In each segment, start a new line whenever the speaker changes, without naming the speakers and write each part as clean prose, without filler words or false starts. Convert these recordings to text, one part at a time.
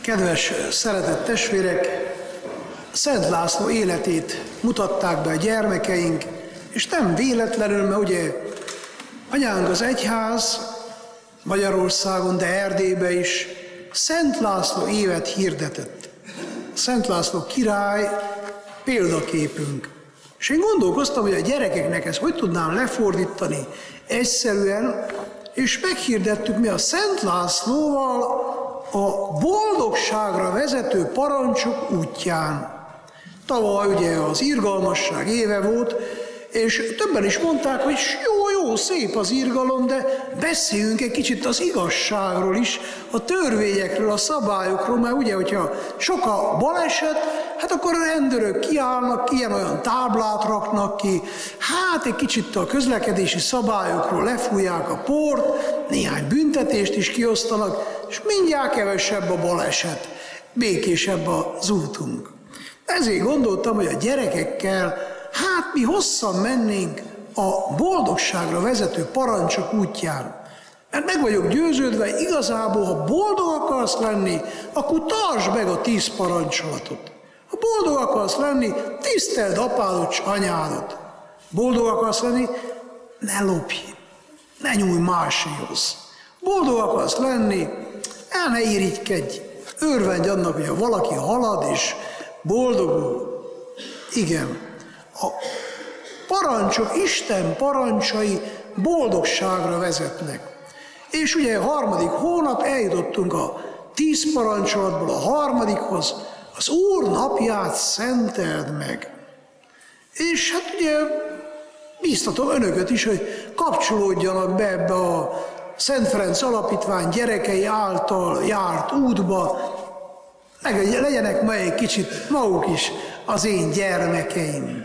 Kedves, szeretett testvérek, Szent László életét mutatták be a gyermekeink, és nem véletlenül, mert ugye anyánk az egyház Magyarországon, de Erdélyben is Szent László évet hirdetett. Szent László király példaképünk. És én gondolkoztam, hogy a gyerekeknek ezt hogy tudnám lefordítani egyszerűen, és meghirdettük mi a Szent Lászlóval a boldogságra vezető parancsok útján. Tavaly ugye az irgalmasság éve volt, és többen is mondták, hogy jó, szép az irgalom, de beszéljünk egy kicsit az igazságról is, a törvényekről, a szabályokról, mert ugye, hogyha sok a baleset, hát akkor a rendőrök kiállnak, ilyen-olyan táblát raknak ki, hát egy kicsit a közlekedési szabályokról lefújják a port, néhány büntetést is kiosztanak, és mindjárt kevesebb a baleset, békésebb az útunk. Ezért gondoltam, hogy a gyerekekkel, hát mi hosszan mennénk a boldogságra vezető parancsok útján. Mert meg vagyok győződve, igazából, ha boldog akarsz lenni, akkor tartsd meg a 10 parancsolatot. Ha boldog akarsz lenni, tiszteld apádat, anyádat. Boldog akarsz lenni, ne lopj, ne nyújj máséhoz. Boldog akarsz lenni, ne irigykedj, örvendj annak, hogy ha valaki halad és boldogul. Igen, a parancsok, Isten parancsai boldogságra vezetnek. És ugye a 3. hónap eljutottunk a 10 parancsolatból a 3. az Úr napját szenteld meg. És hát ugye bíztatom önöket is, hogy kapcsolódjanak be ebbe a Szent Ferenc Alapítvány gyerekei által járt útba, legyenek ma egy kicsit maguk is az én gyermekeim.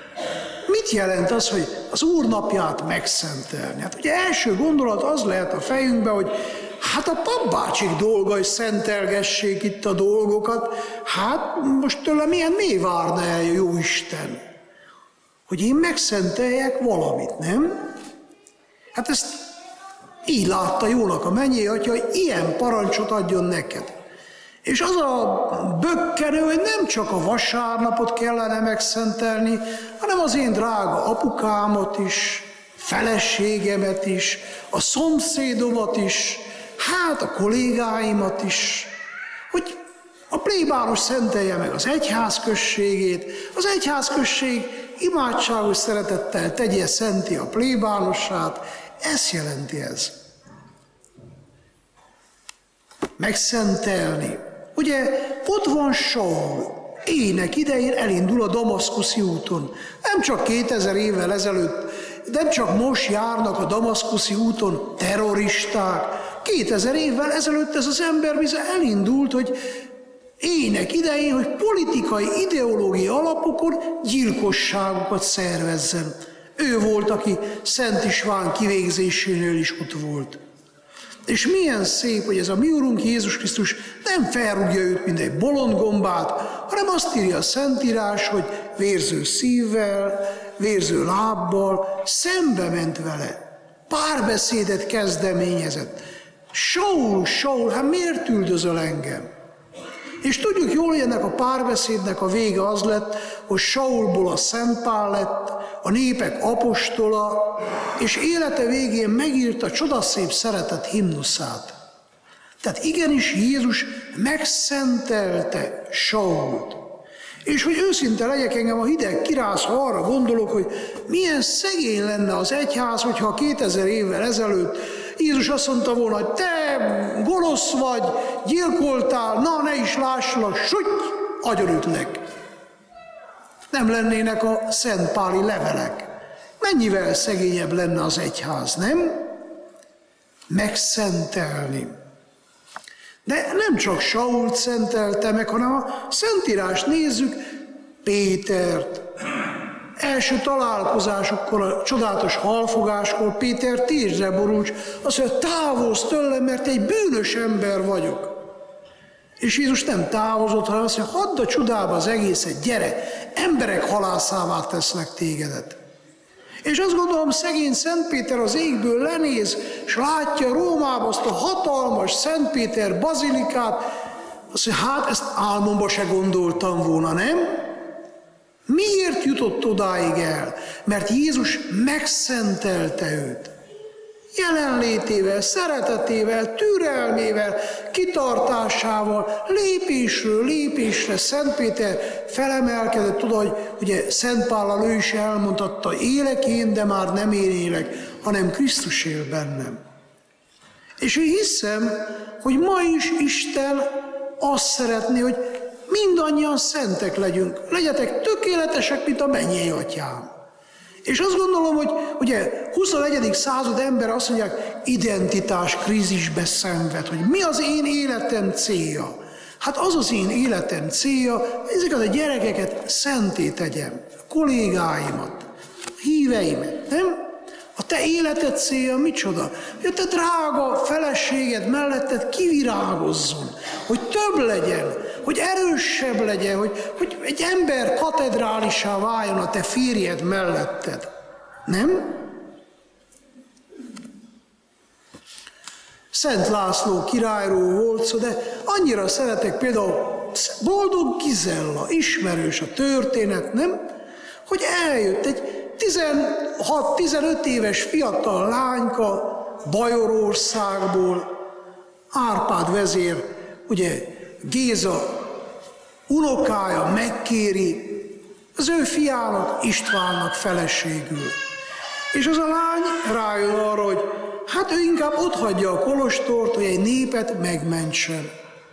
Mit jelent az, hogy az Úr napját megszentelni? Hát ugye első gondolat az lehet a fejünkben, hogy hát a papbácsik dolga, hogy szentelgessék itt a dolgokat, hát most tőlem ilyen mi várna el, jó Isten? Hogy én megszenteljek valamit, nem? Hát ezt így látta jónak a mennyei Atya, hogy ilyen parancsot adjon neked. És az a bökkenő, hogy nem csak a vasárnapot kellene megszentelni, hanem az én drága apukámat is, feleségemet is, a szomszédomat is, hát a kollégáimat is, hogy a plébános szentelje meg az egyházközségét, az egyházközség imádságos szeretettel tegye szenti a plébánosát, ezt jelenti ez. Megszentelni. Ugye ott van Saul, ének idején elindul a damaszkuszi úton. Nem csak 2000 évvel ezelőtt, nem csak most járnak a damaszkuszi úton terroristák. 2000 évvel ezelőtt ez az ember biza elindult, hogy ének idején, hogy politikai ideológiai alapokon gyilkosságokat szervezzen. Ő volt, aki Szent István kivégzésénél is ott volt. És milyen szép, hogy ez a mi Urunk Jézus Krisztus nem felrúgja őt, mint egy bolondgombát, hanem azt írja a Szentírás, hogy vérző szívvel, vérző lábbal szembe ment vele. Párbeszédet kezdeményezett. Saul, hát miért üldözöl engem? És tudjuk jól, hogy ennek a párbeszédnek a vége az lett, hogy Saulból a Szent Pál lett, a népek apostola, és élete végén megírta csodaszép szeretet himnuszát. Tehát igenis Jézus megszentelte Sault. És hogy őszinte legyek, engem a hideg kiráz, ha arra gondolok, hogy milyen szegény lenne az egyház, hogyha 2000 évvel ezelőtt Jézus azt mondta volna, hogy te gonosz vagy, gyilkoltál, na ne is lássalak, süty, agyonütlek. Nem lennének a szentpáli levelek. Mennyivel szegényebb lenne az egyház, nem? Megszentelni. De nem csak Sault szentelte meg, hanem a Szentírást nézzük, Pétert. Első találkozásokkor, a csodálatos halfogáskor Péter térdre borult, azt mondja, távozz tőlem, mert egy bűnös ember vagyok. És Jézus nem távozott, hanem azt mondja, hadd a csodába az egészet, gyere, emberek halászává tesznek tégedet. És azt gondolom, szegény Szent Péter az égből lenéz, és látja Rómában azt a hatalmas Szent Péter bazilikát, Azt mondja, hát ezt álmomba se gondoltam volna, nem? Miért jutott odáig el? Mert Jézus megszentelte őt. Jelenlétével, szeretetével, türelmével, kitartásával, lépésről lépésre Szent Péter felemelkedett oda, hogy ugye Szent Pállal ő is elmondhatta, élek én, de már nem én élek, hanem Krisztus él bennem. És én hiszem, hogy ma is Isten azt szeretné, hogy mindannyian szentek legyünk, legyetek tökéletesek, mint a mennyei atyám. És azt gondolom, hogy ugye 21. század ember azt mondják, identitás krízisbe szenved, hogy mi az én életem célja. Hát az az én életem célja, ezeket a gyerekeket szenté tegyem, a kollégáimat, a híveimet, nem? A te életed célja micsoda? Hogy a te drága feleséged melletted kivirágozzon, hogy több legyen, hogy erősebb legyen, hogy egy ember katedrálisá váljon a te férjed melletted. Nem? Szent László királyról volt szó, de annyira szeretek például Boldog Gizella, ismerős a történet, nem? Hogy eljött egy 16-15 éves fiatal lányka Bajorországból, Árpád vezér, ugye Géza unokája megkéri az ő fiának, Istvánnak feleségül. És az a lány rájön arra, hogy hát ő inkább otthagyja a kolostort, hogy egy népet megmentsen.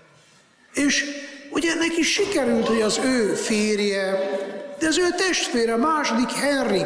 És ugye neki sikerült, hogy az ő férje, de az ő testvére, második Henrik,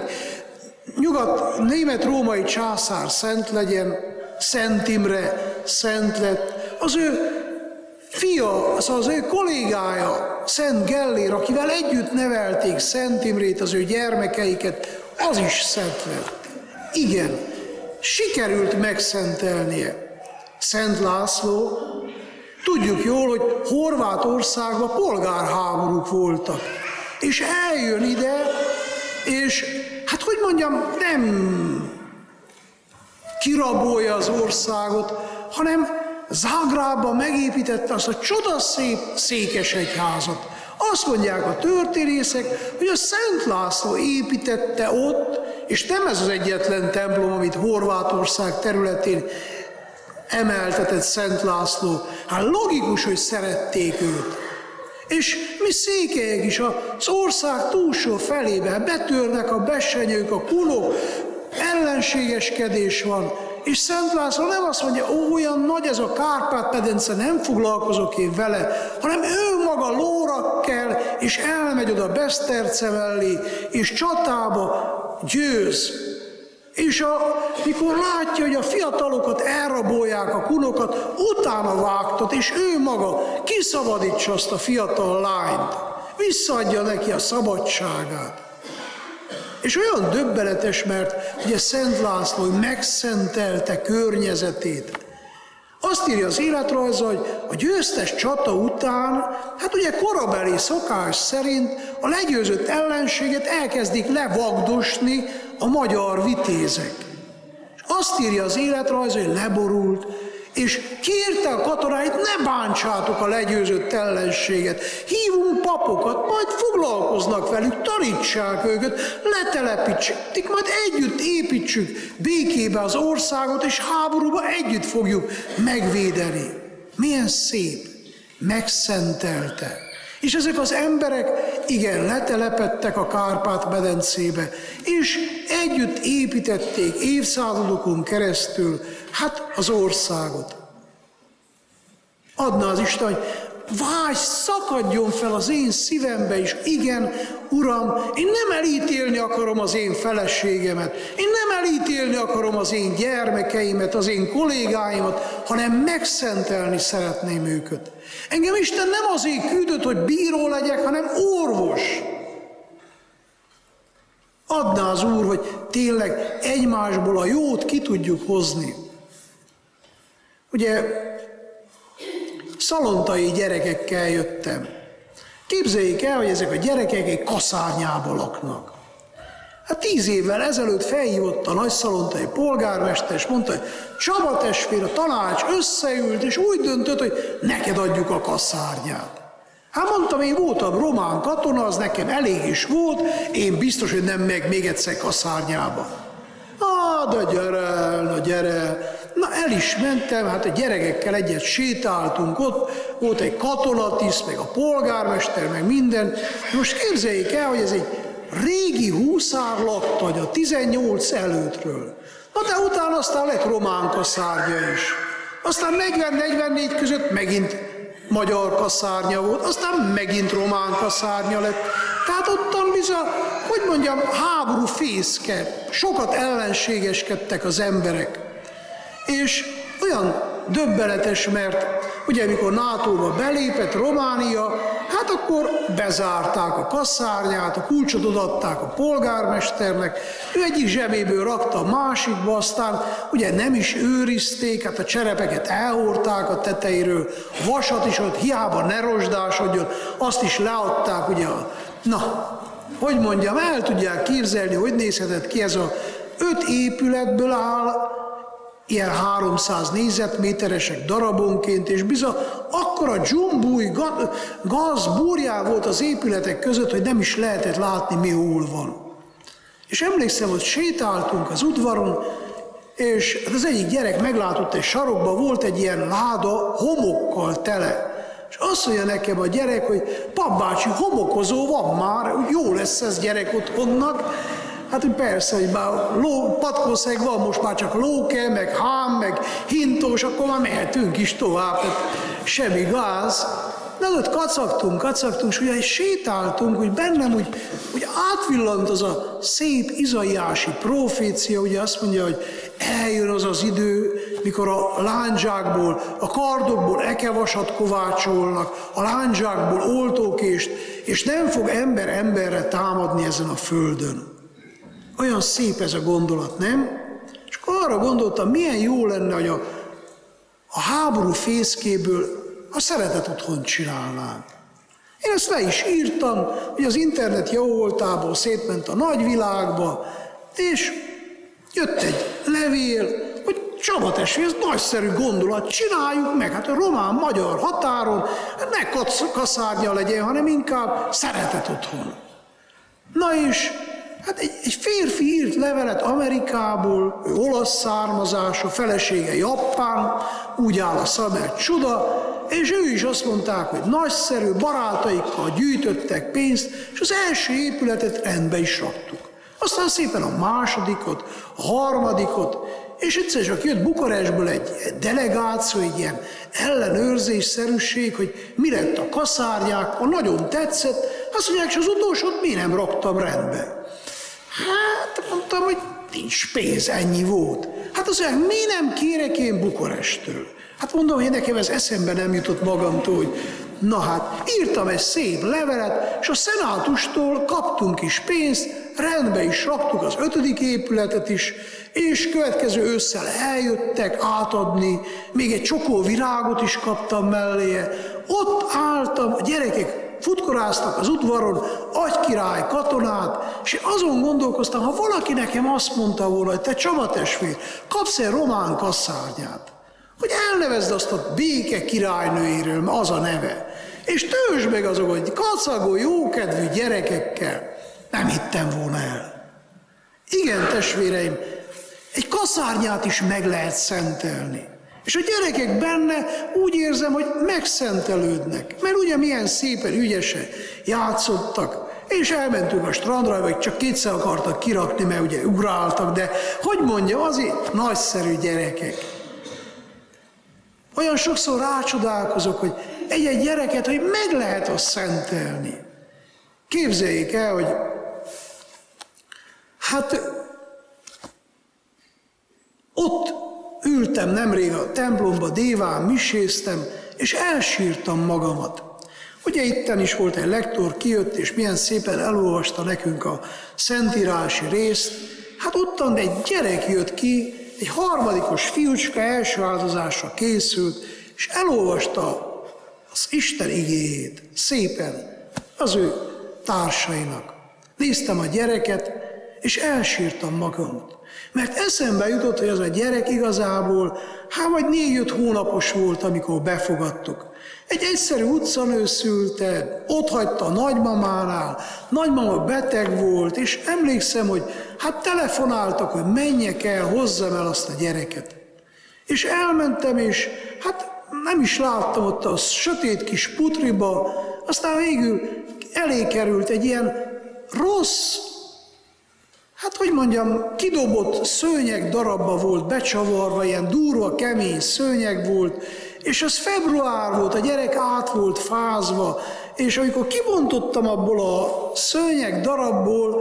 német-római császár szent legyen, Szent Imre szent lett, az ő fia, az ő kollégája, Szent Gellér, akivel együtt nevelték Szent Imrét, az ő gyermekeiket, az is szent lett. Igen, sikerült megszentelnie. Szent László, tudjuk jól, hogy Horvátországban polgárháborúk voltak. És eljön ide, és hát hogy mondjam, nem kirabolja az országot, hanem Zágrábban megépítette azt a csodaszép székesegyházat. Azt mondják a történészek, hogy a Szent László építette ott, és nem ez az egyetlen templom, amit Horvátország területén emeltetett Szent László. Hát logikus, hogy szerették őt. És mi székelyek is az ország túlsó felébe betörnek a besenyők, a kunok, ellenségeskedés van, és Szent László nem azt mondja, olyan nagy ez a Kárpát-medence, nem foglalkozok én vele, hanem ő maga lóra kell, és elmegy oda Beszterce mellé, és csatába győz. És mikor látja, hogy a fiatalokat elrabolják, a kunokat, utána vágtat, és ő maga kiszabadítsa azt a fiatal lányt, visszaadja neki a szabadságát. És olyan döbbenetes, mert ugye Szent László megszentelte környezetét. Azt írja az életrajza, hogy a győztes csata után, hát ugye korabeli szokás szerint a legyőzött ellenséget elkezdik levagdosni a magyar vitézek. És azt írja az életrajza, hogy leborult, és kérte a katonáit, ne bántsátok a legyőzött ellenséget, hívunk papokat, majd foglalkoznak velük, tanítsák őket, letelepítsék, majd együtt építsük békébe az országot, és háborúba együtt fogjuk megvédeni. Milyen szép, megszentelte. És ezek az emberek, igen, letelepedtek a Kárpát-medencébe, és együtt építették évszázadokon keresztül, hát az országot. Adna az Isten, hogy vágy szakadjon fel az én szívembe is. Igen, Uram, én nem elítélni akarom az én feleségemet, én nem elítélni akarom az én gyermekeimet, az én kollégáimat, hanem megszentelni szeretném őket. Engem Isten nem azért küldött, hogy bíró legyek, hanem orvos. Adná az Úr, hogy tényleg egymásból a jót ki tudjuk hozni. Ugye szalontai gyerekekkel jöttem. Képzeljék el, hogy ezek a gyerekek egy kaszárnyában laknak. Hát 10 évvel ezelőtt felhívott a nagyszalontai polgármester, és mondta, hogy Csaba testvér, a tanács összeült, és úgy döntött, hogy neked adjuk a kaszárnyát. Hát mondtam, én voltam román katona, az nekem elég is volt, én biztos, hogy nem meg még egyszer kaszárnyába. De gyere. Na el is mentem, hát a gyerekekkel egyet sétáltunk ott, volt egy katonatiszt, meg a polgármester, meg minden. Most képzeljék el, hogy ez egy régi huszár laktany a 18 előttről. Na de utána aztán lett román kaszárnya is. Aztán 40-44 között megint magyar kaszárnya volt, aztán megint román kaszárnya lett. Tehát ottan bizony, hogy mondjam, háború fészke, sokat ellenségeskedtek az emberek. És olyan döbbenetes, mert ugye mikor NATO-ba belépett Románia, hát akkor bezárták a kaszárnyát, a kulcsot odaadták a polgármesternek, ő egyik zsebéből rakta a másikba, aztán ugye nem is őrizték, hát a cserepeket elhordták a tetejéről, a vasat is ott hiába ne rozsdásodjon, azt is leadták, ugye hogy mondjam, el tudják képzelni, hogy nézhetett ki ez a 5 épületből áll, ilyen 300 négyzetméteresek darabonként, és bizony akkora dzsumbúj, gaz, burjá volt az épületek között, hogy nem is lehetett látni, mi hol van. És emlékszem, hogy sétáltunk az udvaron, és az egyik gyerek meglátott egy sarokba, volt egy ilyen láda homokkal tele. És azt mondja nekem a gyerek, hogy papbácsi, homokozó van már, jó lesz ez gyerek otthonnak. Hát persze, hogy már patkószeg van, most már csak lóke, meg hám, meg hintós, akkor már mehetünk is tovább, tehát semmi gáz. De ott kacagtunk, és ugye sétáltunk, hogy bennem úgy átvillant az a szép izaiási profécia, ugye azt mondja, hogy eljön az az idő, mikor a lándzsákból, a kardokból ekevasat kovácsolnak, a lándzsákból oltókést, és nem fog ember emberre támadni ezen a földön. Olyan szép ez a gondolat, nem? És akkor arra gondoltam, milyen jó lenne, hogy a háború fészkéből a szeretet otthont csinálnánk. Én ezt le is írtam, hogy az internet jó voltából szétment a nagyvilágba, és jött egy levél, hogy Csaba testvér, ez nagyszerű gondolat, csináljuk meg, hát a román-magyar határon ne kaszárnya legyen, hanem inkább szeretet otthon. Na és hát egy férfi írt levelet Amerikából, ő olasz származású, felesége japán, úgy áll a szabad csuda, és ő is azt mondták, hogy nagyszerű, barátaikkal gyűjtöttek pénzt, és az első épületet rendbe is raktuk. Aztán szépen a másodikot, a harmadikot, és egyszer csak jött Bukarestből egy delegáció, egy ilyen ellenőrzésszerűség, hogy mi lett a kaszárnyákkal, nagyon tetszett, azt mondják, és az utolsót mi nem raktam rendbe. Hát mondtam, hogy nincs pénz, ennyi volt. Hát azt mondják, mi nem kérek én Bukarestről? Hát mondom, hogy nekem ez eszembe nem jutott magamtól, hogy na hát, írtam egy szép levelet, és a szenátustól kaptunk is pénzt, rendbe is raktuk az 5. épületet is, és következő ősszel eljöttek átadni, még egy csokó virágot is kaptam melléje. Ott álltam, a gyerekek futkoráztak az udvaron, agykirály katonát, és azon gondolkoztam, ha valaki nekem azt mondta volna, hogy te Csaba testvér, kapsz egy román kaszárnyát, hogy elnevezd azt a béke királynőjéről, mert az a neve, és töltsd meg azok, hogy kacagó, jókedvű gyerekekkel, nem hittem volna el. Igen, testvéreim, egy kaszárnyát is meg lehet szentelni. És a gyerekek benne úgy érzem, hogy megszentelődnek, mert ugye milyen szépen, ügyesen játszottak, és elmentünk a strandra, vagy csak kétszer akartak kirakni, mert ugye ugráltak, de hogy mondjam, azért nagyszerű gyerekek. Olyan sokszor rácsodálkozok, hogy egy-egy gyereket, hogy meg lehet azt szentelni. Képzeljék el, hogy hát ott ültem nemrég a templomba, déván miséztem, és elsírtam magamat. Ugye itten is volt egy lektor, kijött, és milyen szépen elolvasta nekünk a szentírási részt. Hát ottan egy gyerek jött ki, egy harmadikos fiúcska első áldozásra készült, és elolvasta az Isten igéjét szépen az ő társainak. Néztem a gyereket, és elsírtam magamat. Mert eszembe jutott, hogy az a gyerek igazából, vagy 4-5 hónapos volt, amikor befogadtuk. Egy egyszerű utcanő szülte, ott hagyta a nagymamánál, nagymama beteg volt, és emlékszem, hogy telefonáltak, hogy menjek el, hozzam el azt a gyereket. És elmentem, és nem is láttam ott a sötét kis putriba, aztán végül elé került egy ilyen rossz, kidobott szőnyeg darabba volt becsavarva, ilyen durva, kemény szőnyeg volt, és az február volt, a gyerek át volt fázva, és amikor kibontottam abból a szőnyeg darabból,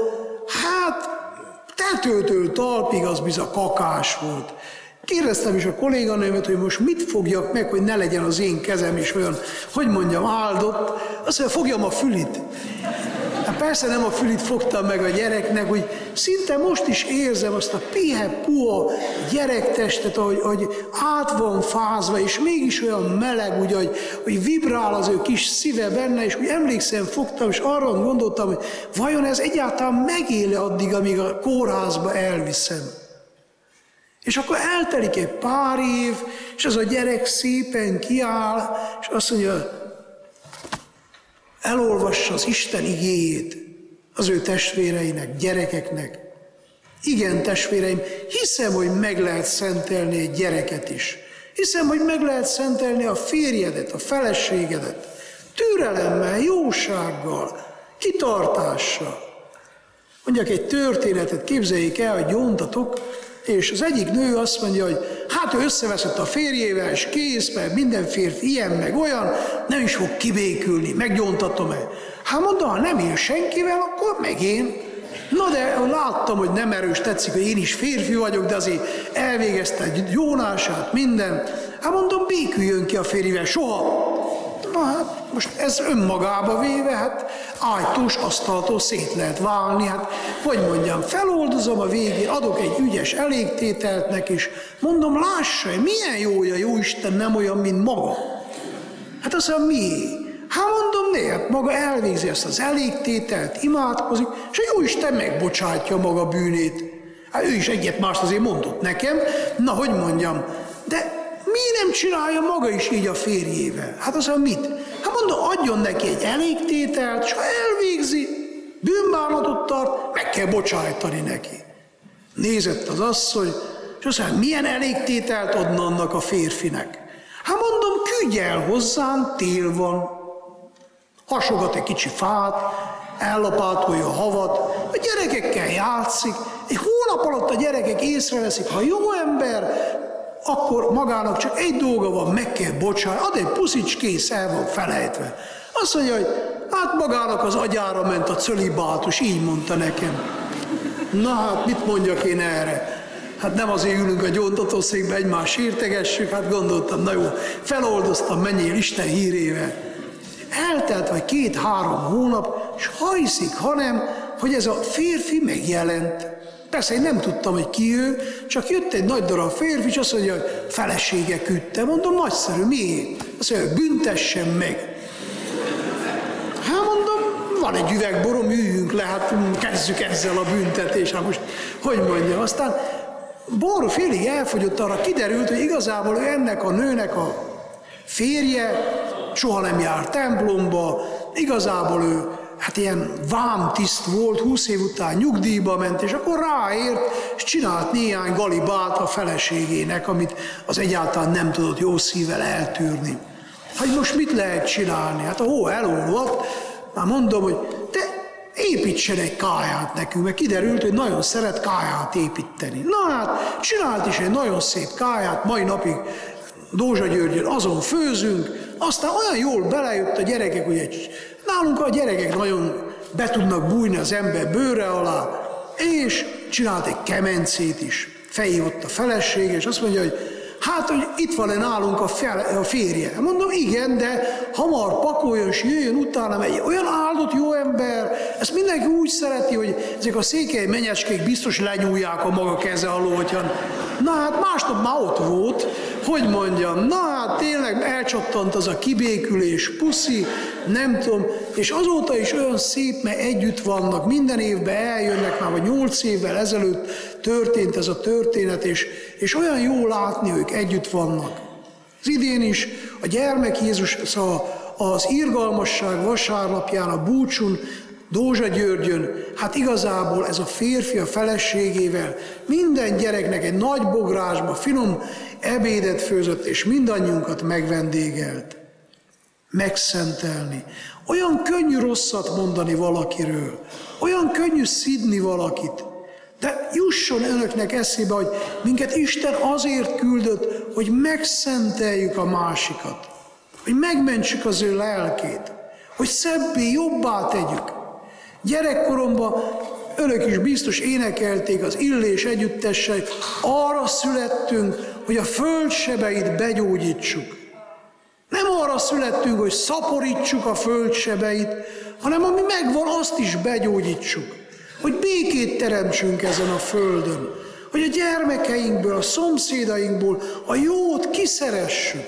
tetőtől talpig az bizony kakás volt. Kérdeztem is a kolléganőmet, hogy most mit fogjak meg, hogy ne legyen az én kezem is olyan, áldott. Azt mondja, fogjam a fülit. Persze nem a fülit fogtam meg a gyereknek, hogy szinte most is érzem azt a puha gyerektestet, hogy át van fázva, és mégis olyan meleg, hogy vibrál az ő kis szíve benne, és úgy emlékszem, fogtam, és arra gondoltam, hogy vajon ez egyáltalán megél addig, amíg a kórházba elviszem. És akkor eltelik egy pár év, és az a gyerek szépen kiáll, és azt mondja, elolvassa az Isten igéjét az ő testvéreinek, gyerekeknek. Igen, testvéreim, hiszem, hogy meg lehet szentelni egy gyereket is. Hiszem, hogy meg lehet szentelni a férjedet, a feleségedet. Türelemmel, jósággal, kitartással. Mondjak egy történetet, képzeljék el, hogy gyóntatok, és az egyik nő azt mondja, hogy ő összeveszett a férjével, és kész, mert minden férfi ilyen meg olyan, nem is fog kibékülni, meggyóntatom el. Mondom, ha nem él senkivel, akkor meg én. Na de láttam, hogy nem erős, tetszik, hogy én is férfi vagyok, de azért elvégezte egy gyónását, minden. Mondom, béküljön ki a férjével, soha. Most ez önmagába véve, ágytós asztaltól szét lehet válni, feloldozom a végén, adok egy ügyes elégtételt neki, és mondom, lássa, milyen jója, Jóisten nem olyan, mint maga. Azt mondja, miért? Mondom, maga elvégzi ezt az elégtételt, imádkozik, és a Jóisten megbocsátja maga bűnét. Ő is egyet-mást azért mondott nekem, de miért nem csinálja maga is így a férjével? Azt mondja, mit? Mondom, adjon neki egy elégtételt, és ha elvégzi, bűnbánatot tart, meg kell bocsájtani neki. Nézett az asszony, és azt mondja, milyen elégtételt adna annak a férfinek? Mondom, küldj el hozzánk, tél van. Hasogat egy kicsi fát, ellapátolja a havat, a gyerekekkel játszik, egy hónap alatt a gyerekek észreveszik, ha jó ember, akkor magának csak egy dolga van, meg kell bocsánat, ad egy puszics, kész, el van felejtve. Azt mondja, hogy magának az agyára ment a cölibátus, így mondta nekem. Mit mondjak én erre? Nem azért ülünk a gyóntatószékbe, egymás sírtegessük, gondoltam, na jó, feloldoztam, menjél Isten hírével. Eltelt vagy 2-3 hónap, és ha hiszik, hanem, hogy ez a férfi megjelent. Persze én nem tudtam, hogy ki ő, csak jött egy nagy darab férfi, és azt mondja, hogy felesége küldte. Mondom, nagyszerű, miért? Azt mondja, hogy büntessen meg. Mondom, van egy üveg borom, üljünk le, kezdjük ezzel a büntetés. Most, hogy mondjam, aztán bor félig elfogyott, arra kiderült, hogy igazából ő ennek a nőnek a férje, soha nem járt templomba, igazából ő ilyen vámtiszt volt, 20 év után nyugdíjba ment, és akkor ráért, és csinált néhány galibát a feleségének, amit az egyáltalán nem tudott jó szívvel eltűrni. Most mit lehet csinálni? A hó elolvadt, már mondom, hogy te építsen egy kályát nekünk, mert kiderült, hogy nagyon szeret kályát építeni. Csinált is egy nagyon szép kályát, mai napig Dózsa Györgyön azon főzünk, aztán olyan jól belejött a gyerekek, hogy nálunk a gyerekek nagyon be tudnak bújni az ember bőre alá, és csinált egy kemencét is. Felhívott a felesége, és azt mondja, hogy hogy itt van-e nálunk a férje. Mondom, igen, de hamar pakoljon, és jöjjön utána, egy olyan áldott jó ember, ezt mindenki úgy szereti, hogy ezek a székely menyecskék biztos lenyúlják a maga keze alól, hogyha másnap már ott volt, hogy mondjam, hát tényleg elcsattant az a kibékülés, puszi, nem tudom, és azóta is olyan szép, mert együtt vannak, minden évben eljönnek, már vagy 8 évvel ezelőtt történt ez a történet, és olyan jó látni, hogy ők együtt vannak. Az idén is a gyermek Jézus az irgalmasság vasárnapján, a búcsún, Dózsa Györgyön, hát igazából ez a férfi a feleségével minden gyereknek egy nagy bográsba finom ebédet főzött, és mindannyiunkat megvendégelt. Megszentelni. Olyan könnyű rosszat mondani valakiről, olyan könnyű szidni valakit, de jusson önöknek eszébe, hogy minket Isten azért küldött, hogy megszenteljük a másikat, hogy megmentsük az ő lelkét, hogy szebbé, jobbá tegyük. Gyerekkoromban önök is biztos énekelték az Illés együttessel, arra születtünk, hogy a föld sebeit begyógyítsuk. Nem arra születtünk, hogy szaporítsuk a föld sebeit, hanem ami megvan, azt is begyógyítsuk. Hogy békét teremtsünk ezen a földön. Hogy a gyermekeinkből, a szomszédainkból a jót kiszeressük.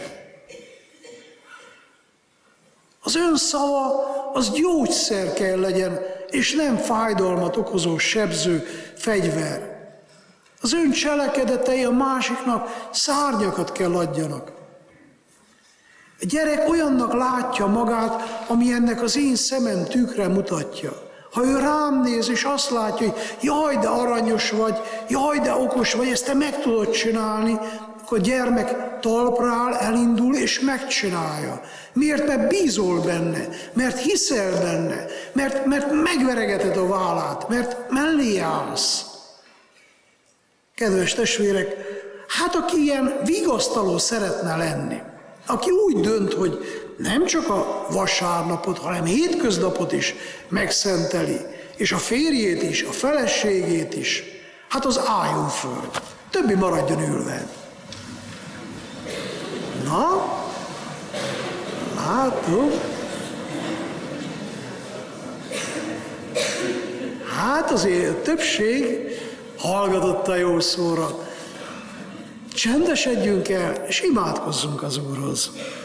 Az ön szava az gyógyszer kell legyen, és nem fájdalmat okozó sebző fegyver. Az ön cselekedetei a másiknak szárnyakat kell adjanak. A gyerek olyannak látja magát, ami ennek az én szemem tükre mutatja. Ha ő rám néz, és azt látja, hogy jaj, de aranyos vagy, jaj, de okos vagy, ezt te meg tudod csinálni, akkor a gyermek talpra áll, elindul, és megcsinálja. Miért? Mert bízol benne, mert hiszel benne, mert megveregeted a vállát, mert mellé állsz. Kedves testvérek, hát aki ilyen vigasztaló szeretne lenni, aki úgy dönt, hogy nem csak a vasárnapot, hanem hétköznapot is megszenteli, és a férjét is, a feleségét is, hát az álljon föl, többi maradjon ülve. Na, látom. Hát azért a többség hallgatott a jó szóra. Csendesedjünk el, és imádkozzunk az Úrhoz.